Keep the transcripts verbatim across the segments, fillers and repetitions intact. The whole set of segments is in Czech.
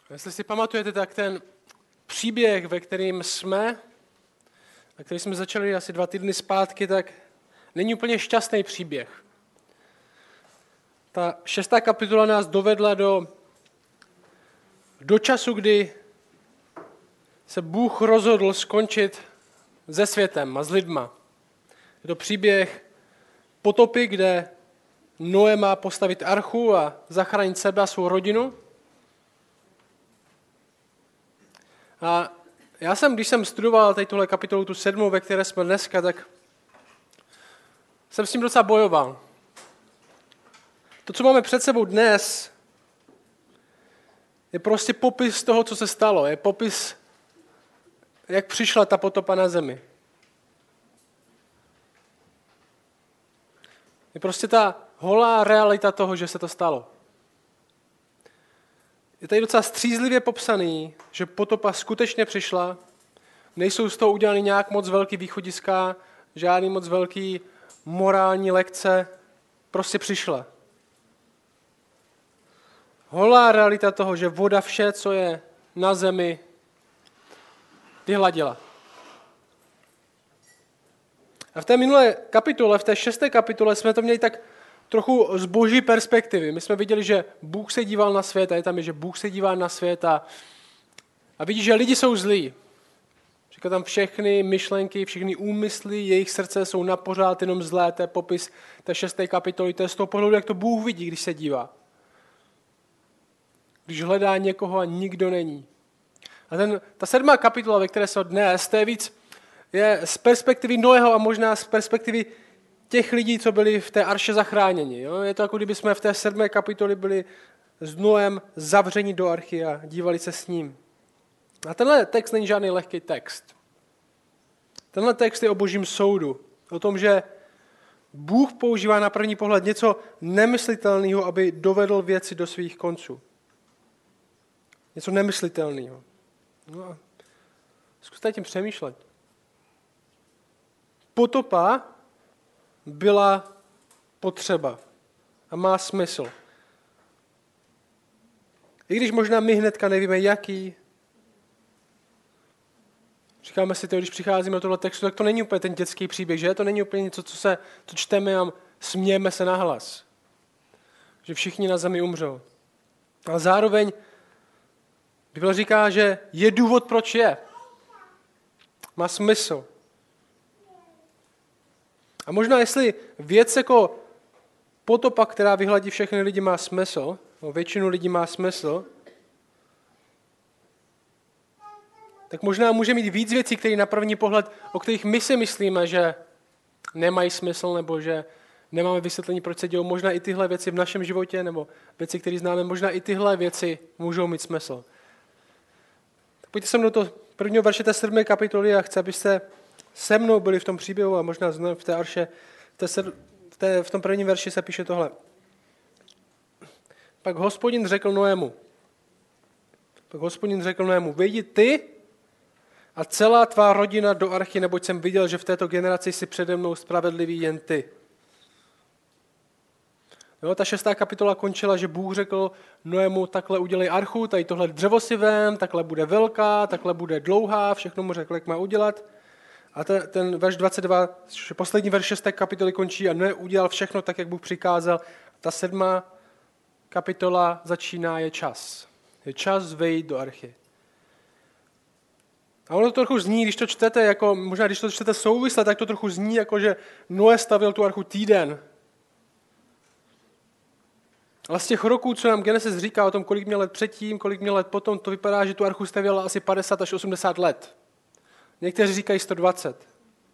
Jestli si pamatujete, tak ten příběh, ve kterým jsme, a který jsme začali asi dva týdny zpátky, tak není úplně šťastný příběh. Ta šestá kapitola nás dovedla do, do času, kdy se Bůh rozhodl skončit se světem a s lidma. Je to příběh potopy, kde Noé má postavit archu a zachránit sebe a svou rodinu. A já jsem, když jsem studoval tady tuhle kapitolu, tu sedmou, ve které jsme dneska, tak jsem s tím docela bojoval. To, co máme před sebou dnes, je prostě popis toho, co se stalo. Je popis, jak přišla ta potopa na zemi. Je prostě ta holá realita toho, že se to stalo. Je tady docela střízlivě popsaný, že potopa skutečně přišla. Nejsou z toho udělány nějak moc velký východiska, žádný moc velký morální lekce. Prostě přišla. Holá realita toho, že voda vše, co je na zemi, vyhladila. A v té minulé kapitole, v té šesté kapitole jsme to měli tak trochu z boží perspektivy. My jsme viděli, že Bůh se díval na svět a je tam, že Bůh se dívá na svět a, a vidí, že lidi jsou zlí. Říká tam všechny myšlenky, všechny úmysly, jejich srdce jsou na pořád jenom zlé. To je popis té šesté kapitoly. To je z toho pohledu, jak to Bůh vidí, když se dívá. Když hledá někoho a nikdo není. A ten, ta sedmá kapitola, ve které jsou dnes, to je víc je z perspektivy Noého a možná z perspektivy těch lidí, co byli v té arše zachráněni. Jo? Je to jako kdyby jsme v té sedmé kapitoli byli s Noem zavřeni do archy a dívali se s ním. A tenhle text není žádný lehký text. Tenhle text je o božím soudu. O tom, že Bůh používá na první pohled něco nemyslitelného, aby dovedl věci do svých konců. Něco nemyslitelného. No a zkuste tím přemýšlet. Potopa byla potřeba a má smysl. I když možná my hnedka nevíme, jaký. Říkáme si to, když přicházíme do tohle textu, tak to není úplně ten dětský příběh, že? To není úplně něco, co, se, co čteme a smějeme se nahlas. Že všichni na zemi umřou. Ale zároveň Bible říká, že je důvod, proč je. Má smysl. A možná, jestli věc jako potopa, která vyhladí všechny lidi, má smysl, no většinu lidí má smysl, tak možná může mít víc věcí, které na první pohled, o kterých my si myslíme, že nemají smysl, nebo že nemáme vysvětlení, proč se dějou. Možná i tyhle věci v našem životě, nebo věci, které známe, možná i tyhle věci můžou mít smysl. Tak pojďte se mnou do prvního verše té sedmé kapitoly a chci, abyste se mnou byli v tom příběhu a možná v té arše, v, té sed, v, té, v tom prvním verši se píše tohle. Pak Hospodin řekl Noému, pak Hospodin řekl Noému, vejdi ty a celá tvá rodina do archy, neboť jsem viděl, že v této generaci jsi přede mnou spravedlivý jen ty. Jo, ta šestá kapitola končila, že Bůh řekl Noému, takhle udělej archu, tady tohle dřevo si vem, takhle bude velká, takhle bude dlouhá, všechno mu řekl, jak má udělat. A ten, ten verš dvacet dva, poslední verš šesté kapitoly končí a Noé udělal všechno tak, jak Bůh přikázal. Ta sedmá kapitola začíná, je čas. Je čas vejít do archy. A ono to trochu zní, když to čtete, jako, možná když to čtete souvisle, tak to trochu zní, jako že Noé stavil tu archu týden. Ale z těch roků, co nám Genesis říká o tom, kolik měl let předtím, kolik měl let potom, to vypadá, že tu archu stavěla asi padesát až osmdesát let. Někteří říkají sto dvacet.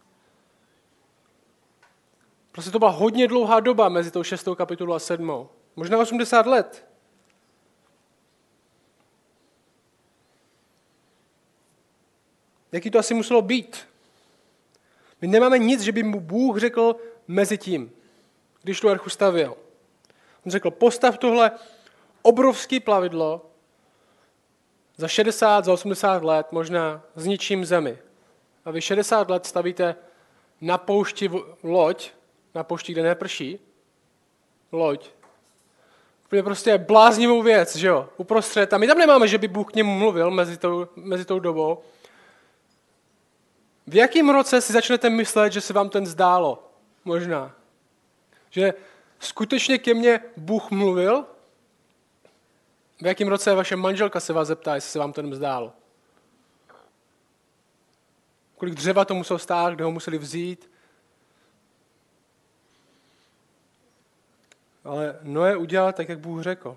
Prostě to byla hodně dlouhá doba mezi tou šestou kapitolou a sedmou. Možná osmdesát let. Jaký to asi muselo být? My nemáme nic, že by mu Bůh řekl mezi tím, když tu archu stavěl. On řekl, postav tohle obrovské plavidlo za šedesát, za osmdesát let, možná zničím zemi. A vy šedesát let stavíte na poušti loď, na poušti, kde neprší, loď, Úplně prostě bláznivou věc, že jo, uprostřed. A my tam nemáme, že by Bůh k němu mluvil mezi tou, mezi tou dobou. V jakém roce si začnete myslet, že se vám ten zdálo? Možná. Že skutečně ke mně Bůh mluvil? V jakém roce vaše manželka se vás zeptá, jestli se vám ten zdálo? Kolik dřeva to muselo stát, kde ho museli vzít? Ale Noé udělal tak, jak Bůh řekl.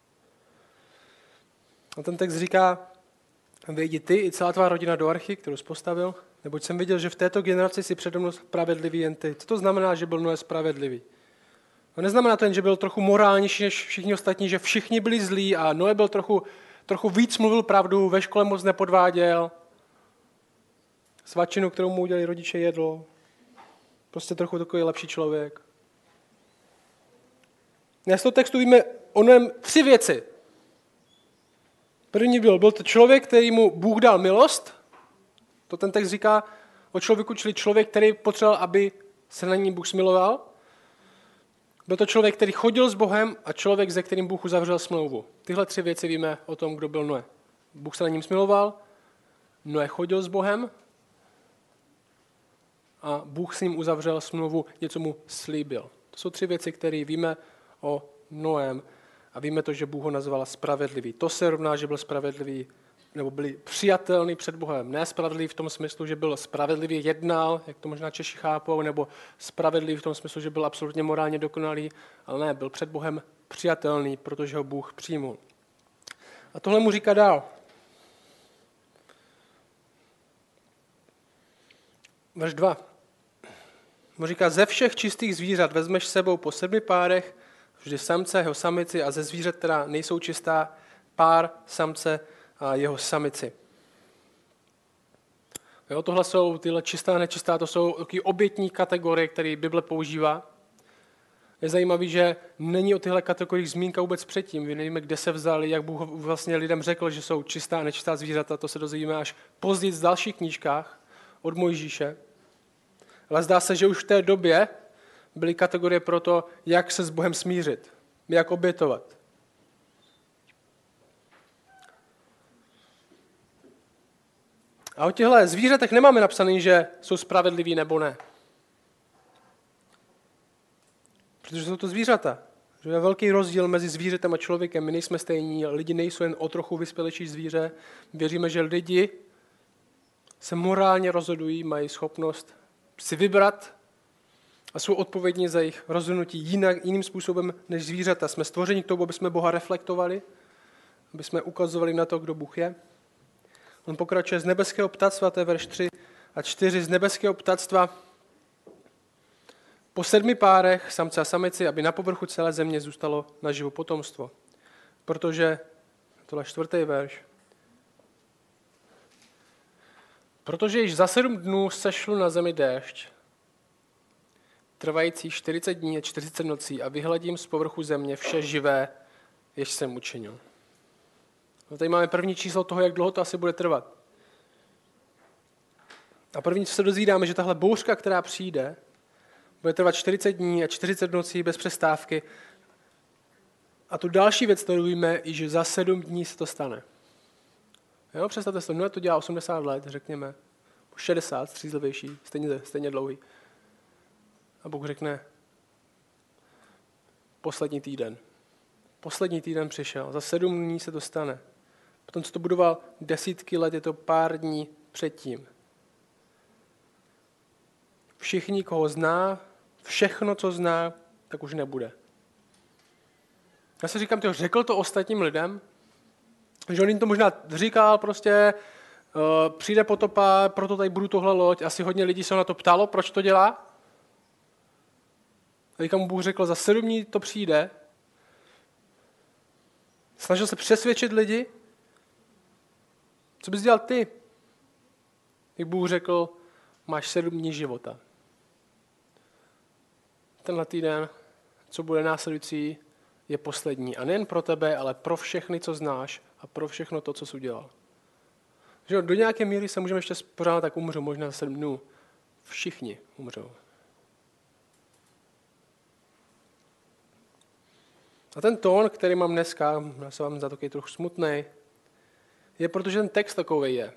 A ten text říká, vejdi ty i celá tvá rodina do archy, kterou jsi postavil, neboť jsem viděl, že v této generaci si přede mnou spravedlivý jen ty. Co to znamená, že byl Noé spravedlivý? To neznamená to jen, že byl trochu morálnější než všichni ostatní, že všichni byli zlí a Noé byl trochu, trochu víc mluvil pravdu, ve škole moc nepodváděl, svačinu, kterou mu udělali rodiče, jedl. Prostě trochu takový lepší člověk. Z toho textu víme o něm tři věci. První byl, byl to člověk, který mu Bůh dal milost. To ten text říká o člověku, čili člověk, který potřeboval, aby se na ní Bůh smiloval. Byl to člověk, který chodil s Bohem a člověk, se kterým Bůh uzavřel smlouvu. Tyhle tři věci víme o tom, kdo byl Noé. Bůh se na ním smiloval, Noé chodil s Bohem a Bůh s ním uzavřel smlouvu, něco mu slíbil. To jsou tři věci, které víme o Noém a víme to, že Bůh ho nazval spravedlivý. To se rovná, že byl spravedlivý, nebo byli přijatelný před Bohem. Ne spravedlivý v tom smyslu, že byl spravedlivý jednal, jak to možná Češi chápou, nebo spravedlivý v tom smyslu, že byl absolutně morálně dokonalý, ale ne, byl před Bohem přijatelný, protože ho Bůh přijmul. A tohle mu říká dál. Verš dva. Mu říká, ze všech čistých zvířat vezmeš s sebou po sedmi párech, vždy samce, jeho samici a ze zvířat, která nejsou čistá, pár, samce a jeho samici. Jo, tohle jsou tyhle čistá a nečistá, to jsou taky obětní kategorie, které Bible používá. Je zajímavé, že není o tyhle kategoriích zmínka vůbec předtím. Vy nevíme, kde se vzali, jak Bůh vlastně lidem řekl, že jsou čistá a nečistá zvířata. To se dozvíme až později v dalších knížkách od Mojžíše. Ale zdá se, že už v té době byly kategorie pro to, jak se s Bohem smířit, jak obětovat. A o těchto zvířatech nemáme napsaný, že jsou spravedliví nebo ne. Protože jsou to zvířata. Že je velký rozdíl mezi zvířetem a člověkem. My nejsme stejní, lidi nejsou jen o trochu vyspělejší zvíře. Věříme, že lidi se morálně rozhodují, mají schopnost si vybrat a jsou odpovědní za jejich rozhodnutí jinak, jiným způsobem než zvířata. Jsme stvořeni k tomu, aby jsme Boha reflektovali, aby jsme ukazovali na to, kdo Bůh je. On pokračuje z nebeského ptactva, to je verš tři a čtyři, z nebeského ptactva po sedmi párech, samce a samici, aby na povrchu celé země zůstalo naživu potomstvo. Protože, tohle čtvrtý verš, protože již za sedm dnů sešlu na zemi déšť, trvající čtyřicet dní a čtyřicet nocí a vyhladím z povrchu země vše živé, jež jsem učinil. No tady máme první číslo toho, jak dlouho to asi bude trvat. A první, co se dozvídáme, že tahle bouřka, která přijde, bude trvat čtyřicet dní a čtyřicet nocí bez přestávky. A tu další věc, kterou víme, je, že za sedm dní se to stane. Jo, představte si, Noé to dělá osmdesát let, řekněme, šedesát, střízlivější, stejně, stejně dlouhý. A Bůh řekne, poslední týden. Poslední týden přišel, za sedm dní se to stane. Potom, co to budoval desítky let, je to pár dní předtím. Všichni, koho zná, všechno, co zná, tak už nebude. Já si říkám, tyjo, řekl to ostatním lidem, že on jim to možná říkal, prostě uh, přijde potopa, proto tady budu tohle loď. Asi hodně lidí se na to ptalo, proč to dělá. A teďka mu Bůh řekl, za sedm dní to přijde. Snažil se přesvědčit lidi. Co bys dělal ty? Jak Bůh řekl, máš sedm dní života. Tenhle týden, co bude následující, je poslední. A nejen pro tebe, ale pro všechny, co znáš a pro všechno to, co jsi udělal. Že do nějaké míry se můžeme ještě pořád tak umřou, možná za sedm dnů. Všichni umřou. A ten tón, který mám dneska, já se vám za takový trochu smutnej, je protože ten text takovej je.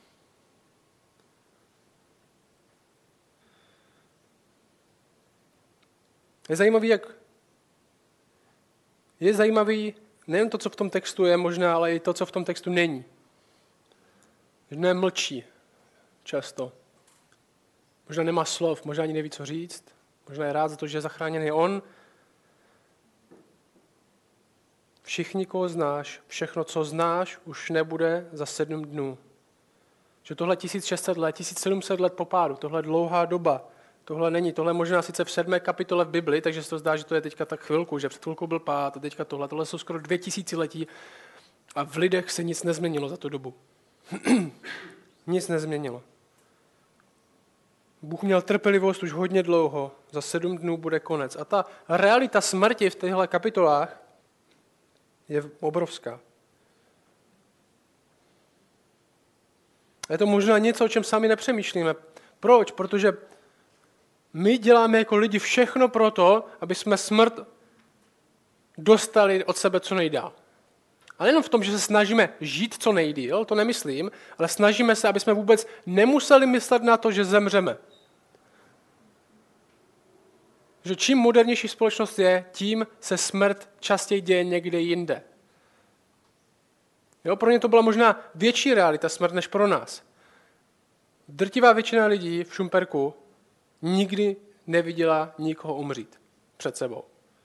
Je zajímavý, jak je zajímavý nejen to, co v tom textu je možná, ale i to, co v tom textu není. Možná mlčí často. Možná nemá slov, možná ani neví, co říct. Možná je rád za to, že je zachráněný on. Všichni, koho znáš, všechno, co znáš, už nebude za sedm dnů. Že tohle tisíc šest set let, tisíc sedm set let po pádu, tohle dlouhá doba, tohle není, tohle možná sice v sedmé kapitole v Bibli, takže se to zdá, že to je teďka tak chvilku, že před chvilkou byl pád a teďka tohle, tohle jsou skoro dvě tisíciletí a v lidech se nic nezměnilo za tu dobu. Nic nezměnilo. Bůh měl trpělivost už hodně dlouho, za sedm dnů bude konec. A ta realita smrti v těchto kapitolách je obrovská. Je to možná něco, o čem sami nepřemýšlíme. Proč? Protože my děláme jako lidi všechno pro to, aby jsme smrt dostali od sebe co nejdál. Ale jenom v tom, že se snažíme žít co nejdýl, to nemyslím, ale snažíme se, aby jsme vůbec nemuseli myslet na to, že zemřeme. Že čím modernější společnost je, tím se smrt častěji děje někde jinde. Jo, pro ně to byla možná větší realita smrt než pro nás. Drtivá většina lidí v Šumperku nikdy neviděla nikoho umřít před sebou.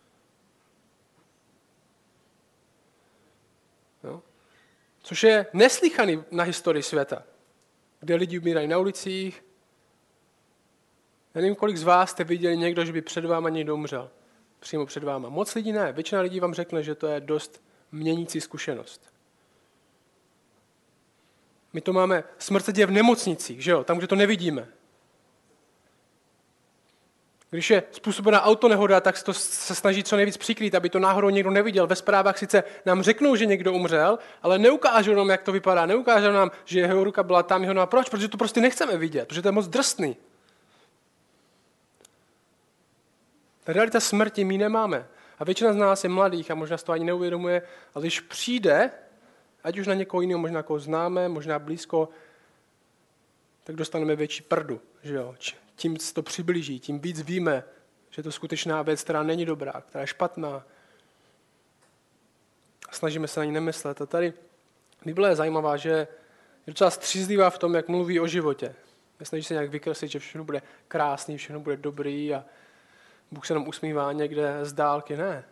Jo? Což je neslýchaný na historii světa, kde lidi umírají na ulicích. Já nevím, kolik z vás jste viděli někdo, že by před váma někdo umřel. Přímo před váma. Moc lidí ne. Většina lidí vám řekne, že to je dost měnící zkušenost. My to máme, smrt se děje v nemocnicích, že jo? Tam, kde to nevidíme. Když je způsobená autonehoda, tak se to se snaží co nejvíc přikrýt, aby to náhodou někdo neviděl. Ve zprávách sice nám řeknou, že někdo umřel, ale neukážou nám, jak to vypadá. Neukážou nám, že jeho ruka byla tam, jeho noha. Proč? Protože to prostě nechceme vidět, protože to je moc drsný. Ta realita smrti my nemáme. A většina z nás je mladých a možná se to ani neuvědomuje, ale když přijde, ať už na někoho jiného, možná koho známe, možná blízko, tak dostaneme větší prdu. Že jo? Tím se to přiblíží, tím víc víme, že je to skutečná věc, která není dobrá, která je špatná. A snažíme se na ní nemyslet. A tady Bible je zajímavá, že je docela střízlivá v tom, jak mluví o životě. Nesnaží se nějak vykreslit, že všechno bude krásný, všechno bude dobrý a Bůh se nám usmívá někde z dálky. Ne.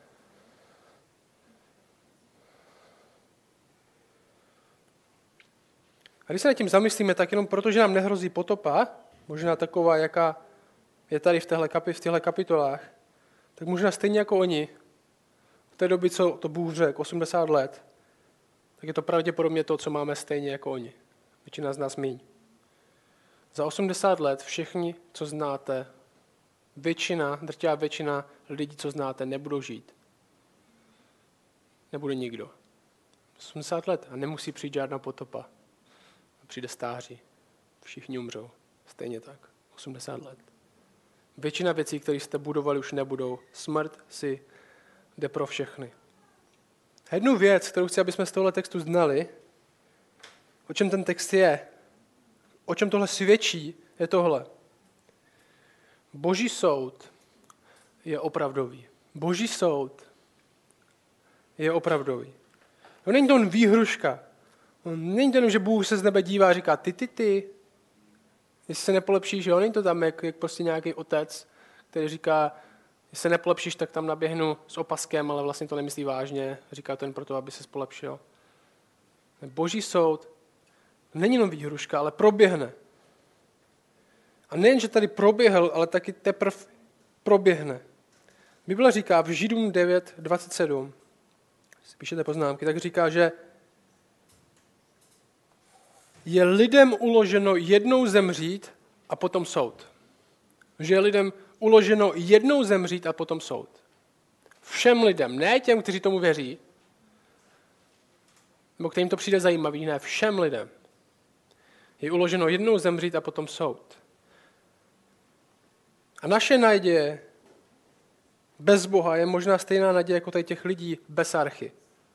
A když se nad tím zamyslíme, tak jenom proto, že nám nehrozí potopa, možná taková, jaká je tady v téhle, kapi, v těchto kapitolách, tak možná stejně jako oni, v té doby, co to Bůh řekl, osmdesát let, tak je to pravděpodobně to, co máme stejně jako oni. Většina z nás míň. Za osmdesát let všichni, co znáte, většina, drtivá většina lidí, co znáte, nebudou žít. Nebude nikdo. osmdesát let a nemusí přijít žádná potopa. Přijde stáří. Všichni umřou. Stejně tak. osmdesát let. Většina věcí, které jste budovali, už nebudou. Smrt si jde pro všechny. Jednu věc, kterou chci, aby jsme z tohohle textu znali, o čem ten text je, o čem tohle svědčí, je tohle. Boží soud je opravdový. Boží soud je opravdový. No, není to jen výhruška. Není to jen, že Bůh se z nebe dívá a říká ty, ty, ty. Jestli se nepolepšíš, jo, není to tam jak, jak prostě nějaký otec, který říká, jestli se nepolepšíš, tak tam naběhnu s opaskem, ale vlastně to nemyslí vážně. Říká to jen proto, aby se polepšil. Boží soud není jenom výhruška, ale proběhne. A nejen, že tady proběhl, ale taky teprve proběhne. Bible říká v Židům devět dvacet sedm, si píšete poznámky, tak říká, že je lidem uloženo jednou zemřít a potom soud. Že je lidem uloženo jednou zemřít a potom soud. Všem lidem, ne těm, kteří tomu věří, nebo kterým to přijde zajímavý, ne, všem lidem. Je uloženo jednou zemřít a potom soud. A naše naděje Bez Boha je možná stejná naděje jako tady těch lidí bez archy.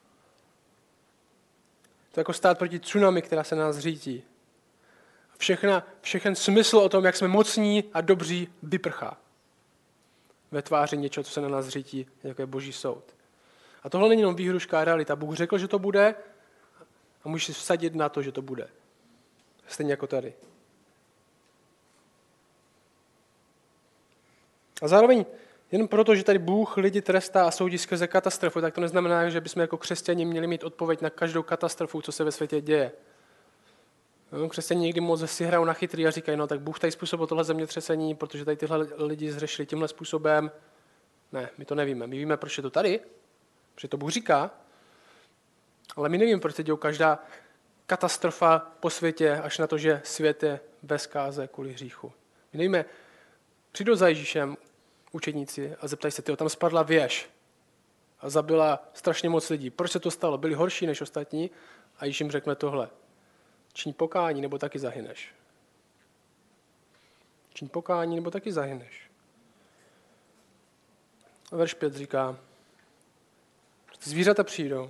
To je jako stát proti tsunami, která se nás řítí. Všechna, všechen smysl o tom, jak jsme mocní a dobří, vyprchá. Ve tváři něčeho, co se na nás řítí, jako je Boží soud. A tohle není jenom výhruška a realita. Bůh řekl, že to bude a můžeš si vsadit na to, že to bude. Stejně jako tady. A zároveň, jen proto, že tady Bůh lidi trestá a soudí skrze katastrofu, tak to neznamená, že bychom jako křesťani měli mít odpověď na každou katastrofu, co se ve světě děje. No, křesťani někdy moc si hrajou na chytrý a říkají, no tak Bůh tady způsobil tohle zemětřesení, protože tady tyhle lidi zřešili tímhle způsobem. Ne, my to nevíme. My víme, proč je to tady, protože to Bůh říká, ale my nevíme, proč se dějí každá katastrofa po světě, až na to, že svět je ve zkáze kvůli hříchu. My nevíme, přijdou za Ježíšem učedníci a zeptají se, tyjo, tam spadla věž a zabila strašně moc lidí. Proč se to stalo? Byli horší než ostatní? A Ježíš jim řekne tohle. Čiň pokání, nebo taky zahyneš. Čiň pokání, nebo taky zahyneš. A verš pět říká, zvířata přijdou.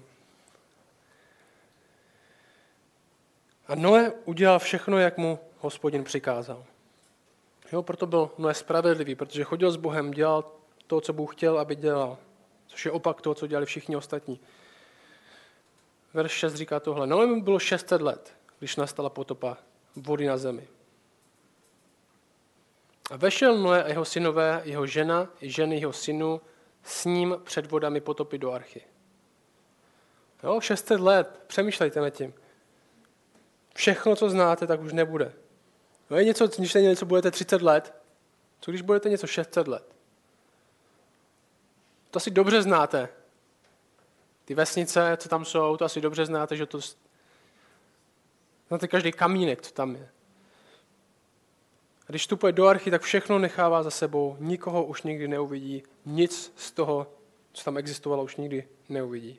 A Noé udělal všechno, jak mu Hospodin přikázal. Jo, proto byl Noé spravedlivý, protože chodil s Bohem, dělal to, co Bůh chtěl, aby dělal. Což je opak toho, co dělali všichni ostatní. Verš šest říká tohle. Noé mu bylo šest set let, když nastala potopa vody na zemi. A vešel Noé a jeho synové, jeho žena i ženy jeho synů s ním před vodami potopy do archy. Jo, šest set let, přemýšlejte nad tím. Všechno, co znáte, tak už nebude. No je něco, když něco budete třicet let, co když budete něco šest set let? To asi dobře znáte. Ty vesnice, co tam jsou, to asi dobře znáte, že to znáte každý kamínek, co tam je. A když vstupuje do archy, tak všechno nechává za sebou, nikoho už nikdy neuvidí, nic z toho, co tam existovalo, už nikdy neuvidí.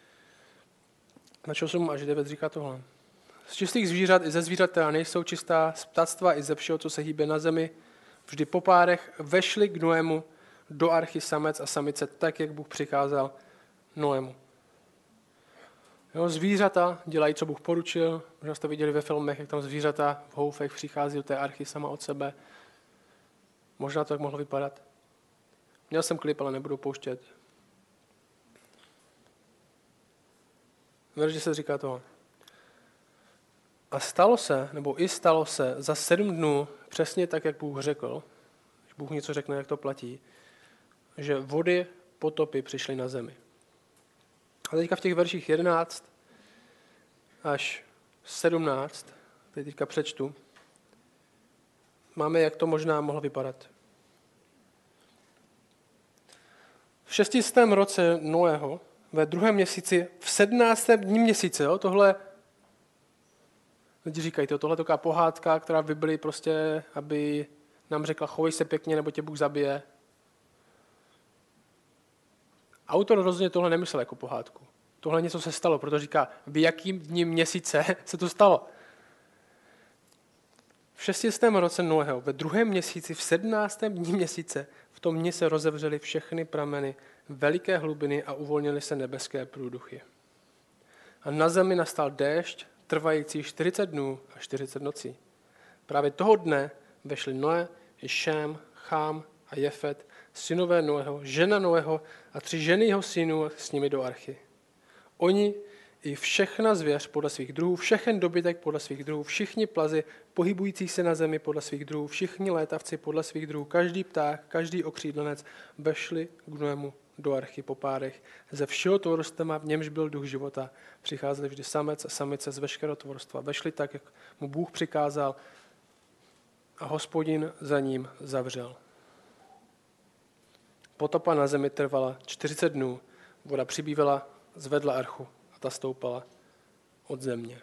Na osm až devět říká tohle. Z čistých zvířat i ze zvířat, která nejsou čistá, z ptactva i ze všeho, co se hýbe na zemi, vždy po párech vešli k Noému do archy samec a samice, tak, jak Bůh přikázal Noému. Jo, zvířata dělají, co Bůh poručil. Možná jste viděli ve filmech, jak tam zvířata v houfech přichází do té archy sama od sebe. Možná to tak mohlo vypadat. Měl jsem klip, ale nebudu pouštět. Verži se říká toho. A stalo se, nebo i stalo se, za sedm dnů, přesně tak, jak Bůh řekl, když Bůh něco řekne, jak to platí, že vody potopy přišly na zemi. A teďka v těch verších jedenáct až sedmnáct, teď teďka přečtu, máme, jak to možná mohlo vypadat. V šestistém roce Noého, ve druhém měsíci, v sedmnáctém dní měsíce, jo, tohle, lidi říkají, to, tohle je taková pohádka, která v Biblii prostě, aby nám řekla, chovej se pěkně, nebo tě Bůh zabije. Autor rozhodně tohle nemyslel jako pohádku. Tohle něco se stalo, protože říká, v jakým dní měsíce se to stalo. V šestistém roce Noého, ve druhém měsíci, v sedmnáctém dní měsíce, v tom dni se rozevřely všechny prameny, veliké hlubiny a uvolnily se nebeské průduchy. A na zemi nastal déšť, trvající čtyřicet dnů a čtyřicet nocí. Právě toho dne vešli Noé, i Šém, Chám a Jefet, synové Noého, žena Noého a tři ženy jeho synů s nimi do archy. Oni i všechna zvěř podle svých druhů, všechen dobytek podle svých druhů, všichni plazy pohybující se na zemi podle svých druhů, všichni létavci podle svých druhů, každý pták, každý okřídlenec vešli k Noému do archy po párech. Ze všeho tvorstva, v němž byl duch života, přicházeli vždy samec a samice z veškerého tvorstva. Vešli tak, jak mu Bůh přikázal a Hospodin za ním zavřel. Potopa na zemi trvala čtyřicet dnů, voda přibývala, zvedla archu a ta stoupala od země.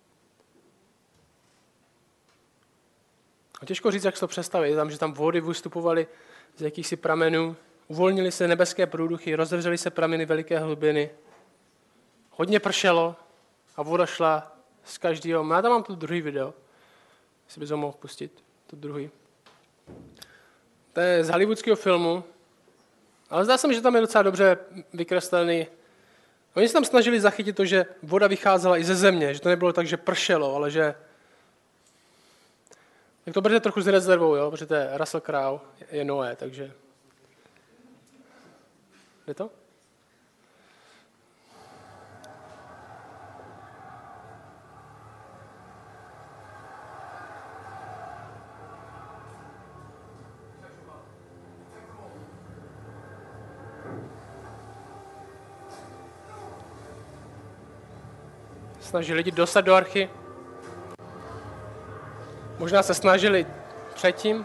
A těžko říct, jak se to představit. Je tam, že tam vody vystupovaly z jakýchsi pramenů, uvolnily se nebeské průduchy, rozevřely se prameny veliké hlubiny. Hodně pršelo a voda šla z každého. Já tam mám tu druhý video, jestli bys ho mohl pustit, tu druhý. To je z hollywoodského filmu Ale zdá se mi, že tam je docela dobře vykreslený. Oni se tam snažili zachytit to, že voda vycházela i ze země, že to nebylo tak, že pršelo, ale že... Tak to berte trochu s rezervou, jo? Protože to je Russell Crowe, je Noé, takže... Jde to? Snažili lidi dostat do archy. Možná se snažili předtím.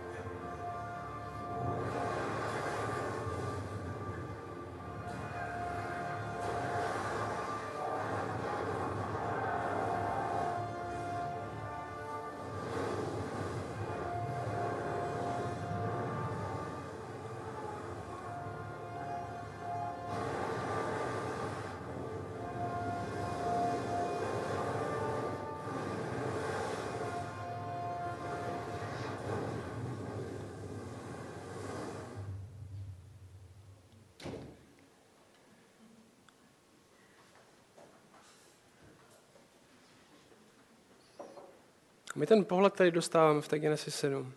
My ten pohled, který dostáváme v té Genesis sedm,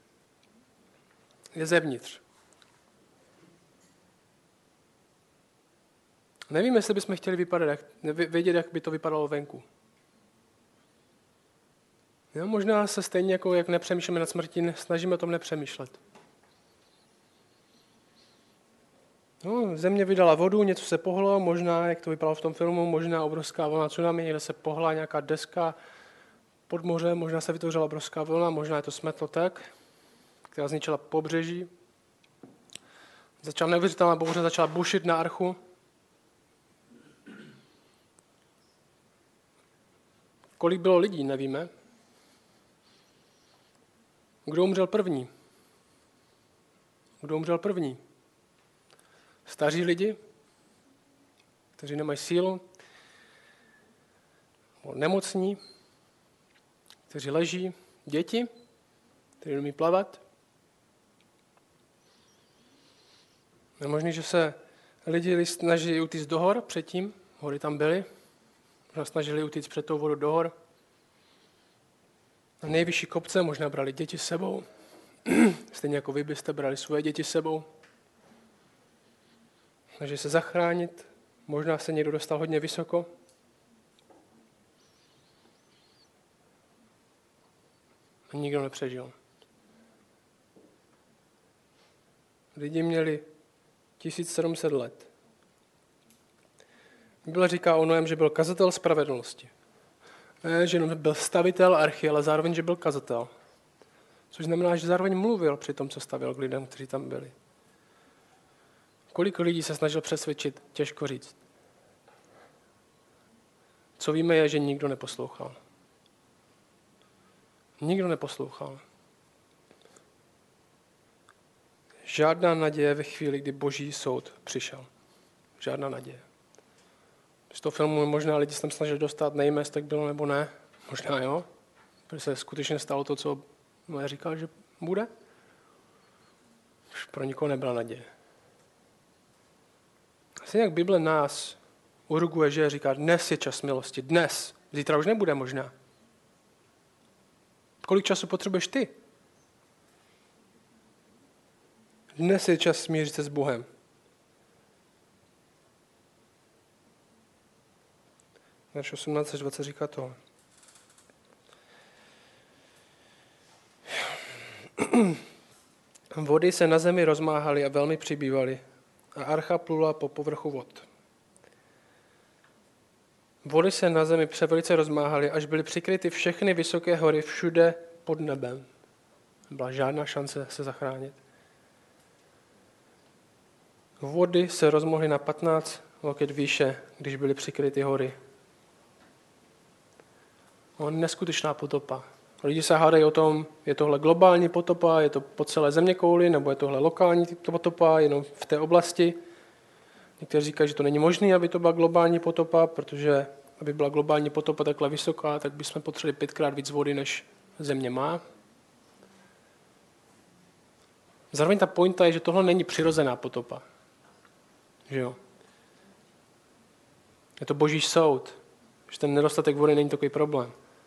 je zevnitř. Nevím, jestli bychom chtěli vypadat, jak, vědět, jak by to vypadalo venku. Jo, možná se stejně jako jak nepřemýšlíme nad smrtí, snažíme o tom nepřemýšlet. No, země vydala vodu, něco se pohlo, možná, jak to vypadalo v tom filmu, možná obrovská vlna tsunami, někde se pohla nějaká deska pod mořem, možná se vytvořila obrovská vlna, možná je to smetlo tak, která zničila pobřeží. Začala neuvěřitelná bouře, začala bušit na archu. Kolik bylo lidí, nevíme. Kdo umřel první? Kdo umřel první? Staří lidi, kteří nemají sílu, nemocní, kteří leží, děti, kteří umí plavat. Je možné, že se lidi snažili utíct do hor předtím, hory tam byly, možná snažili utíct před tou vodou do hor. Na nejvyšší kopce možná brali děti s sebou, stejně jako vy byste brali svoje děti s sebou. Snažili se zachránit, možná se někdo dostal hodně vysoko. A nikdo nepřežil. Lidi měli tisíc sedm set let. Bible říká o Noém, že byl kazatel spravedlnosti. Ne, že jenom byl stavitel archy, ale zároveň, že byl kazatel. Což znamená, že zároveň mluvil při tom, co stavil k lidem, kteří tam byli. Kolik lidí se snažil přesvědčit, těžko říct. Co víme je, že nikdo neposlouchal. Nikdo neposlouchal. Žádná naděje ve chvíli, kdy boží soud přišel. Žádná naděje. Z toho filmu možná lidi se tam snažili dostat, nevím, jestli tak bylo nebo ne. Možná jo. Protože se skutečně stalo to, co Noé říkal, že bude. Už pro nikoho nebyla naděje. Asi jak Bible nás urguje, že říká, dnes je čas milosti, dnes. Zítra už nebude možná. Kolik času potřebuješ ty? Dnes je čas smířit se s Bohem. Verš osmnáct až dvacet říká to. Vody se na zemi rozmáhaly a velmi přibývaly a archa plula po povrchu vod. Vody se na zemi převelice rozmáhaly, až byly přikryty všechny vysoké hory všude pod nebem. Nebyla žádná šance se zachránit. Vody se rozmohly na patnáct loket výše, když byly přikryty hory. O, neskutečná potopa. Lidi se hádají o tom, je tohle globální potopa, je to po celé zeměkouli, nebo je tohle lokální potopa, jenom v té oblasti. Někteří říkají, že to není možné, aby to byla globální potopa, protože aby byla globální potopa takhle vysoká, tak bychom potřebovali pětkrát víc vody, než země má. Zároveň ta pointa je, že tohle není přirozená potopa. Že jo? Je to boží soud. Že ten nedostatek vody není takový problém.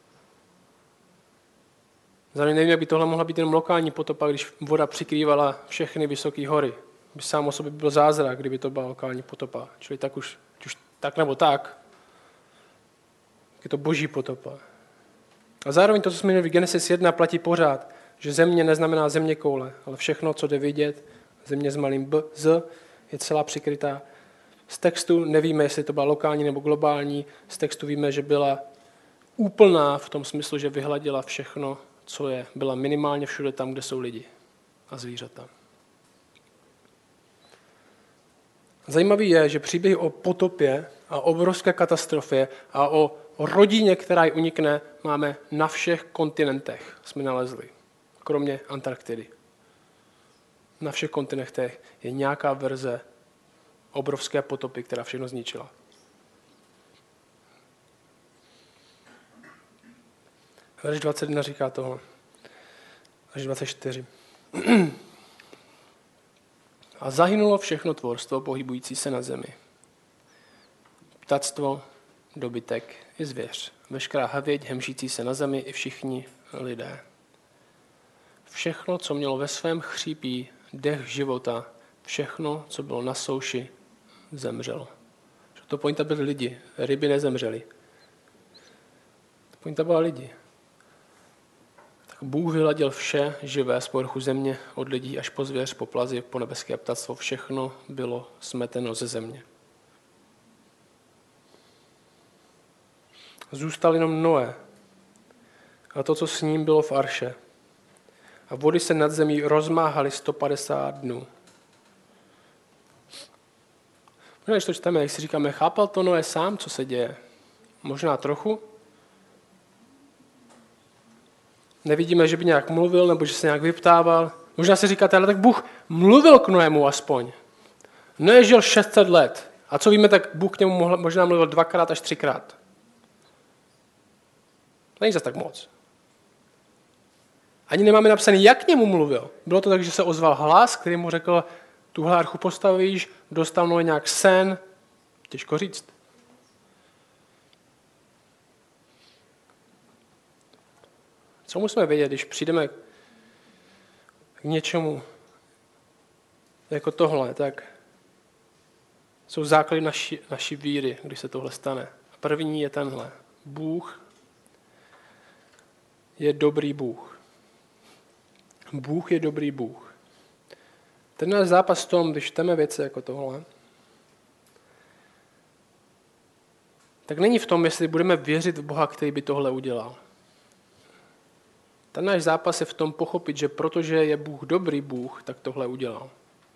Zároveň nevím, jak by tohle mohla být jenom lokální potopa, když voda přikrývala všechny vysoké hory. By sám o sobě byl zázrak, kdyby to byla lokální potopa. Čili tak už, už tak nebo tak, je to boží potopa. A zároveň to, co jsme měli v Genesis jedna, platí pořád, že země neznamená země koule, ale všechno, co jde vidět, země s malým b, z, je celá přikrytá. Z textu nevíme, jestli to byla lokální nebo globální, z textu víme, že byla úplná v tom smyslu, že vyhladila všechno, co je. Byla minimálně všude tam, kde jsou lidi a zvířata. Zajímavý je, že příběhy o potopě a obrovské katastrofě a o rodině, která ji unikne, máme na všech kontinentech, jsme nalezli, kromě Antarktidy. Na všech kontinentech je nějaká verze obrovské potopy, která všechno zničila. Verš dvacet jedna říká toho, až dvacet čtyři. A zahynulo všechno tvorstvo pohybující se na zemi. Ptactvo, dobytek i zvěř, veškerá havěť hemžící se na zemi i všichni lidé. Všechno, co mělo ve svém chřípí dech života, všechno, co bylo na souši, zemřelo. To pointa byly lidi, ryby nezemřely. To pointa byla lidi. Tak Bůh vyhladil vše živé z povrchu země, od lidí až po zvěř, po plazy, po nebeské ptactvo. Všechno bylo smeteno ze země. Zůstal jenom Noé a to, co s ním bylo v arše. A vody se nad zemí rozmáhaly sto padesát dnů. Možná, když to čteme, jak si říkáme, chápal to Noé sám, co se děje? Možná trochu. Nevidíme, že by nějak mluvil, nebo že se nějak vyptával. Možná si říkáte, ale tak Bůh mluvil k Noému aspoň. Noé žil šest set let. A co víme, tak Bůh k němu mohl, možná mluvil dvakrát až třikrát. Není zase tak moc. Ani nemáme napsaný, jak k němu mluvil. Bylo to tak, že se ozval hlas, který mu řekl, tuhle archu postavíš, dostal Noé nějak sen. Těžko říct. Co musíme vědět, když přijdeme k něčemu jako tohle, tak jsou základy naší, naší víry, když se tohle stane. A první je tenhle. Bůh je dobrý Bůh. Bůh je dobrý Bůh. Ten náš zápas v tom, když čteme věci jako tohle, tak není v tom, jestli budeme věřit v Boha, který by tohle udělal. Ten náš zápas je v tom pochopit, že protože je Bůh dobrý Bůh, tak tohle udělal.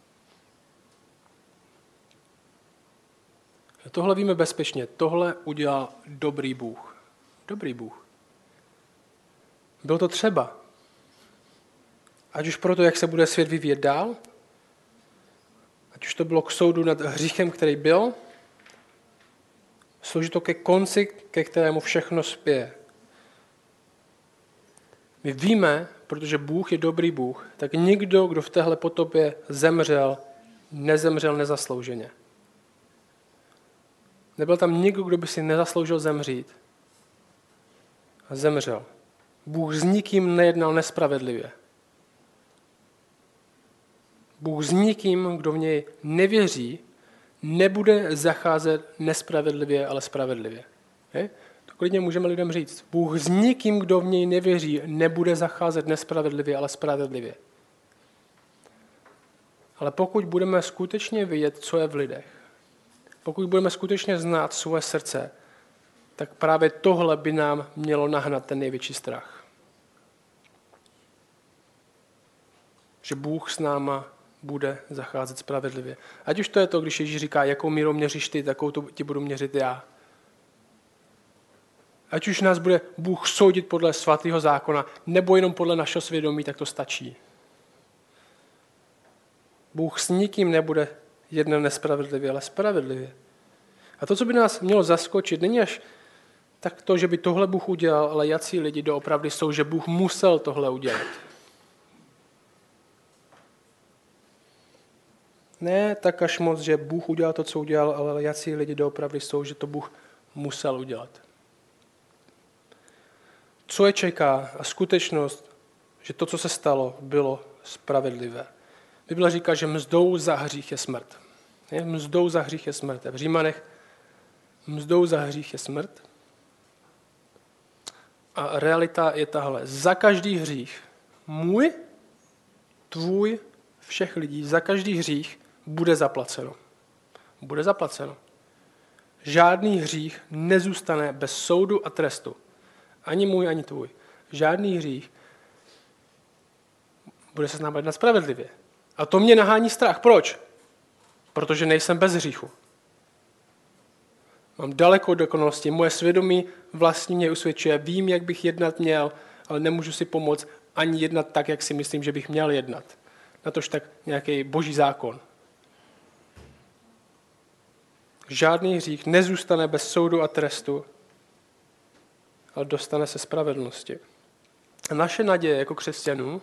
A tohle víme bezpečně. Tohle udělal dobrý Bůh. Dobrý Bůh. Bylo to třeba. Ať už proto, jak se bude svět vyvíjet dál, ať už to bylo k soudu nad hříchem, který byl, slouží to ke konci, ke kterému všechno spěje. My víme, protože Bůh je dobrý Bůh, tak nikdo, kdo v téhle potopě zemřel, nezemřel nezaslouženě. Nebyl tam nikdo, kdo by si nezasloužil zemřít. A zemřel. Bůh s nikým nejednal nespravedlivě. Bůh s nikým, kdo v něj nevěří, nebude zacházet nespravedlivě, ale spravedlivě. Je? To klidně můžeme lidem říct. Bůh s nikým, kdo v něj nevěří, nebude zacházet nespravedlivě, ale spravedlivě. Ale pokud budeme skutečně vědět, co je v lidech, pokud budeme skutečně znát svoje srdce, tak právě tohle by nám mělo nahnat ten největší strach. Že Bůh s náma bude zacházet spravedlivě. Ať už to je to, když Ježíš říká, jakou mírou měříš ty, takovou to ti budu měřit já. Ať už nás bude Bůh soudit podle svatého zákona, nebo jenom podle našeho svědomí, tak to stačí. Bůh s nikým nebude jednat nespravedlivě, ale spravedlivě. A to, co by nás mělo zaskočit, není až tak to, že by tohle Bůh udělal, ale jací lidi doopravdy jsou, že Bůh musel tohle udělat. Ne tak až moc, že Bůh udělal to, co udělal, ale jací lidi doopravdy jsou, že to Bůh musel udělat. Co je čeká a skutečnost, že to, co se stalo, bylo spravedlivé. Bible říká, že mzdou za hřích je smrt. Je? Mzdou za hřích je smrt. V Římanech mzdou za hřích je smrt. A realita je tahle. Za každý hřích, můj, tvůj, všech lidí, za každý hřích bude zaplaceno. Bude zaplaceno. Žádný hřích nezůstane bez soudu a trestu. Ani můj, ani tvůj. Žádný hřích bude se s námi jednat spravedlivě. A to mě nahání strach. Proč? Protože nejsem bez hříchu. Mám daleko od dokonalosti. Moje svědomí vlastní mě usvědčuje. Vím, jak bych jednat měl, ale nemůžu si pomoct ani jednat tak, jak si myslím, že bych měl jednat. Natož tak nějaký boží zákon. Žádný hřích nezůstane bez soudu a trestu, ale dostane se spravedlnosti. A naše naděje jako křesťanů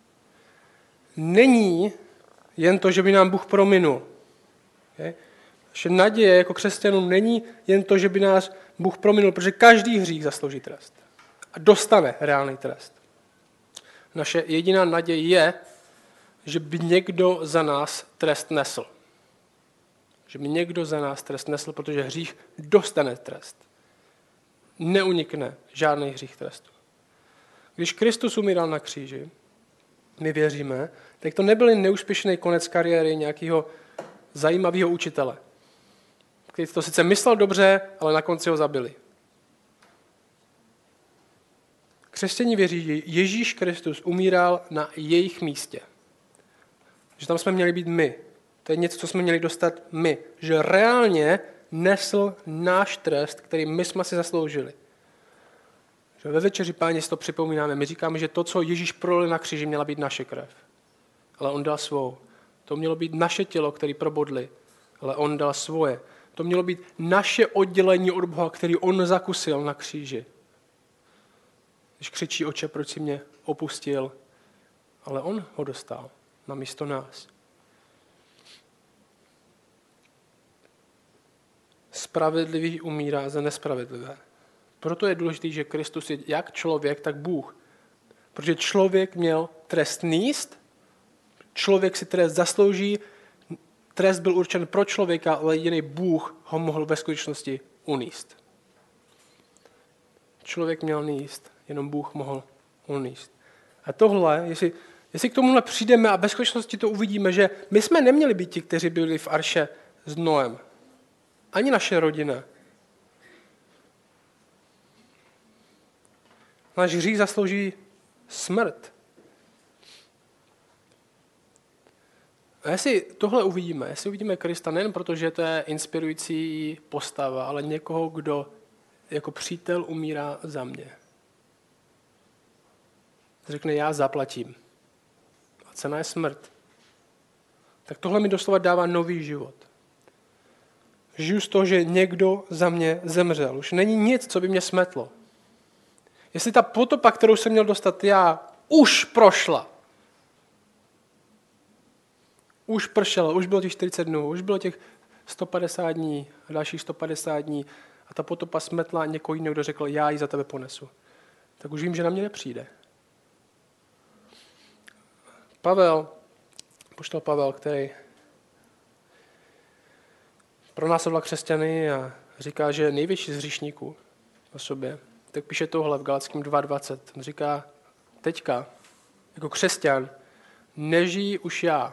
není jen to, že by nám Bůh prominul. Okay? Naše naděje jako křesťanů není jen to, že by nás Bůh prominul, protože každý hřích zaslouží trest. A dostane reálný trest. Naše jediná naděje je, že by někdo za nás trest nesl. Že by někdo za nás trest nesl, protože hřích dostane trest. Neunikne žádný hřích trestu. Když Kristus umíral na kříži, my věříme, tak to nebyl neúspěšný konec kariéry nějakého zajímavého učitele, který to sice myslel dobře, ale na konci ho zabili. Křesťané věří, že Ježíš Kristus umíral na jejich místě. Že tam jsme měli být my. To je něco, co jsme měli dostat my. Že reálně nesl náš trest, který my jsme si zasloužili. Že ve večeři Páně si to připomínáme. My říkáme, že to, co Ježíš prolil na kříži, měla být naše krev. Ale on dal svou. To mělo být naše tělo, který probodli. Ale on dal svoje. To mělo být naše oddělení od Boha, který on zakusil na kříži. Když křičí, Otče, proč jsi mě opustil? Ale on ho dostal na místo nás. Spravedlivý umírá za nespravedlivé. Proto je důležité, že Kristus je jak člověk, tak Bůh. Protože člověk měl trest níst, člověk si trest zaslouží, trest byl určen pro člověka, ale jediný Bůh ho mohl ve skutečnosti uníst. Člověk měl níst, jenom Bůh mohl uníst. A tohle, jestli, jestli k tomuhle přijdeme a ve skutečnosti to uvidíme, že my jsme neměli být ti, kteří byli v arše s Noem. Ani naše rodina. Náš hřích zaslouží smrt. A jestli tohle uvidíme, jestli uvidíme Krista nejen proto, že to je inspirující postava, ale někoho, kdo jako přítel umírá za mě. Řekne, já zaplatím. A cena je smrt. Tak tohle mi doslova dává nový život. Žiju z toho, že někdo za mě zemřel. Už není nic, co by mě smetlo. Jestli ta potopa, kterou jsem měl dostat já, už prošla. Už pršela, už bylo těch čtyřicet dnů, už bylo těch sto padesát dní a dalších sto padesát dní a ta potopa smetla někoho jiného, kdo řekl, já ji za tebe ponesu. Tak už vím, že na mě nepřijde. Pavel, apoštol Pavel, který pronásledoval křesťany a říká, že je největší z hříšníků o sobě, tak píše tohle v Galackým dva dvacet. On říká, teďka, jako křesťan, nežijí už já,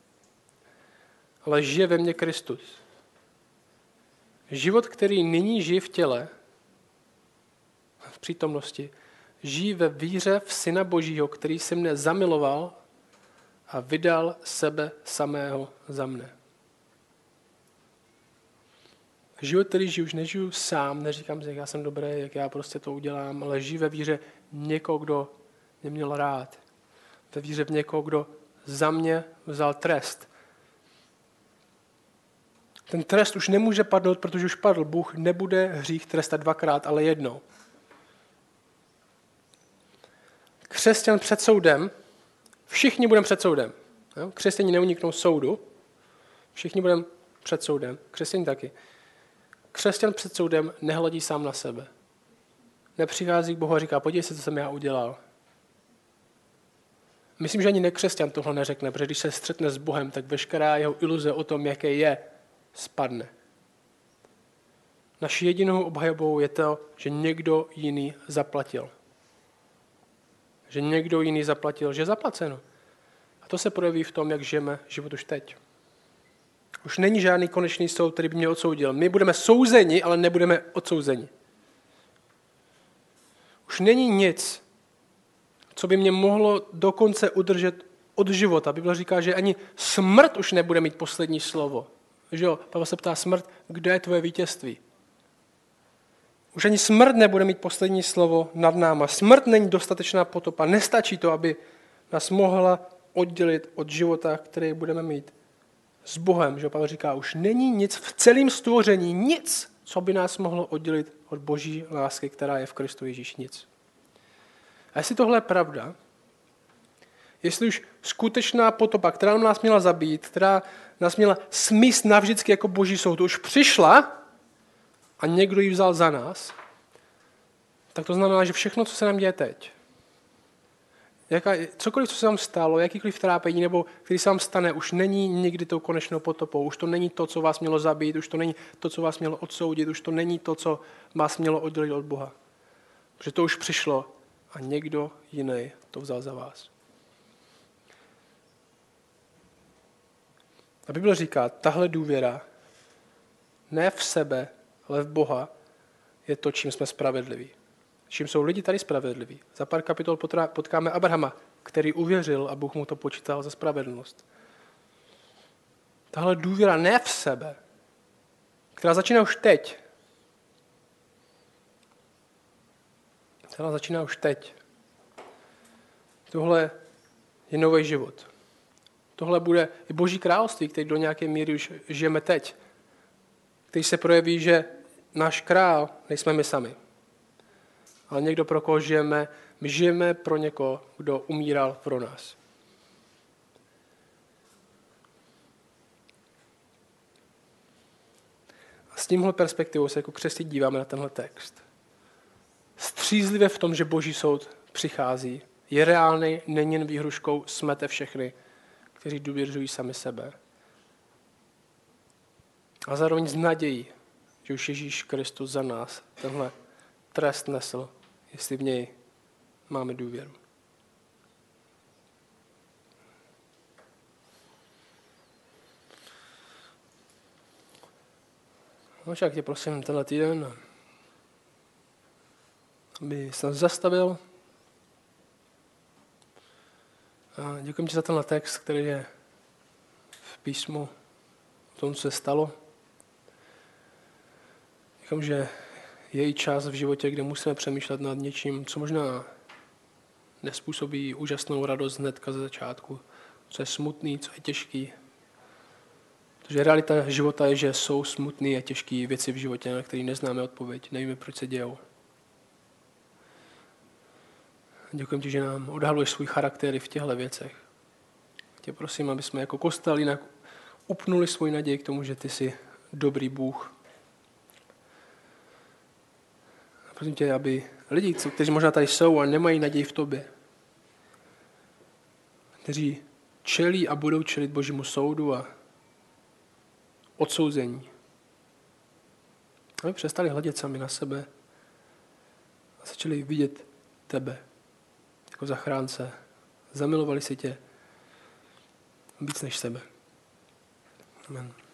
ale žije ve mně Kristus. Život, který nyní žije v těle, v přítomnosti, žijí ve víře v Syna Božího, který se mne zamiloval a vydal sebe samého za mne. Život, který žiju, už nežiju sám, neříkám si, jak já jsem dobrý, jak já prostě to udělám, ale žiju ve víře někoho, kdo mě měl rád. Ve víře v někoho, kdo za mě vzal trest. Ten trest už nemůže padnout, protože už padl. Bůh nebude hřích trestat dvakrát, ale jednou. Křesťan před soudem, všichni budeme před soudem. Křesťané neuniknou soudu, Všichni budeme před soudem, křesťané taky. Křesťan před soudem nehledí sám na sebe. Nepřichází k Bohu a říká, podívej se, co jsem já udělal. Myslím, že ani nekřesťan tohle neřekne, protože když se střetne s Bohem, tak veškerá jeho iluze o tom, jaké je, spadne. Naší jedinou obhajobou je to, že někdo jiný zaplatil. Že někdo jiný zaplatil, že je zaplaceno. A to se projeví v tom, jak žijeme život už teď. Už není žádný konečný soud, který by mě odsoudil. My budeme souzeni, ale nebudeme odsouzeni. Už není nic, co by mě mohlo dokonce udržet od života. Bible říká, že ani smrt už nebude mít poslední slovo. Že jo? Pavel se ptá, smrt, kde je tvoje vítězství? Už ani smrt nebude mít poslední slovo nad náma. Smrt není dostatečná potopa. Nestačí to, aby nás mohla oddělit od života, který budeme mít s Bohem. Že Pavel říká, už není nic v celém stvoření, nic, co by nás mohlo oddělit od Boží lásky, která je v Kristu Ježíši. Nic. A jestli tohle je pravda, jestli už skutečná potopa, která nás měla zabít, která nás měla smíst navždycky jako Boží soud, už přišla a někdo ji vzal za nás, tak to znamená, že všechno, co se nám děje teď, jaká, cokoliv, co se nám stalo, jakýkoliv trápení, nebo který se vám stane, už není nikdy tou konečnou potopou, už to není to, co vás mělo zabít, už to není to, co vás mělo odsoudit, už to není to, co vás mělo oddělit od Boha. Protože to už přišlo a někdo jiný to vzal za vás. A Bible říká, tahle důvěra ne v sebe, ale v Boha je to, čím jsme spravedliví. Čím jsou lidi tady spravedliví. Za pár kapitol potkáme Abrahama, který uvěřil a Bůh mu to počítal za spravedlnost. Tahle důvěra ne v sebe, která začíná už teď. Která začíná už teď. Tohle je nový život. Tohle bude i Boží království, který do nějaké míry už žijeme teď. Který se projeví, že náš král nejsme my sami. Ale někdo, pro koho žijeme, my žijeme pro někoho, kdo umíral pro nás. A s tímhle perspektivou se jako křesťané díváme na tenhle text. Střízlivě v tom, že Boží soud přichází, je reálný, není jen výhruškou, smete všechny, kteří důvěřují sami sebe. A zároveň s nadějí, že už Ježíš Kristus za nás tenhle trest nesl, jestli v něj máme důvěru. No však tě prosím tenhle týden, aby se zastavil. A děkuji ti za tenhle text, který je v písmu o tom, co se stalo. Děkuji, že je i čas v životě, kde musíme přemýšlet nad něčím, co možná nespůsobí úžasnou radost hnedka ze začátku, co je smutný, co je těžký. Protože realita života je, že jsou smutné a těžké věci v životě, na které neznáme odpověď, nevíme, proč se dějou. Děkuji ti, že nám odhaluješ svůj charakter v těchto věcech. Tě prosím, aby jsme jako kostel jinak upnuli svůj naději k tomu, že ty jsi dobrý Bůh. A prosím tě, aby lidi, kteří možná tady jsou a nemají naději v tobě, kteří čelí a budou čelit Božímu soudu a odsouzení, aby přestali hledět sami na sebe a začali vidět tebe jako zachránce. Zamilovali si tě víc než sebe. Amen.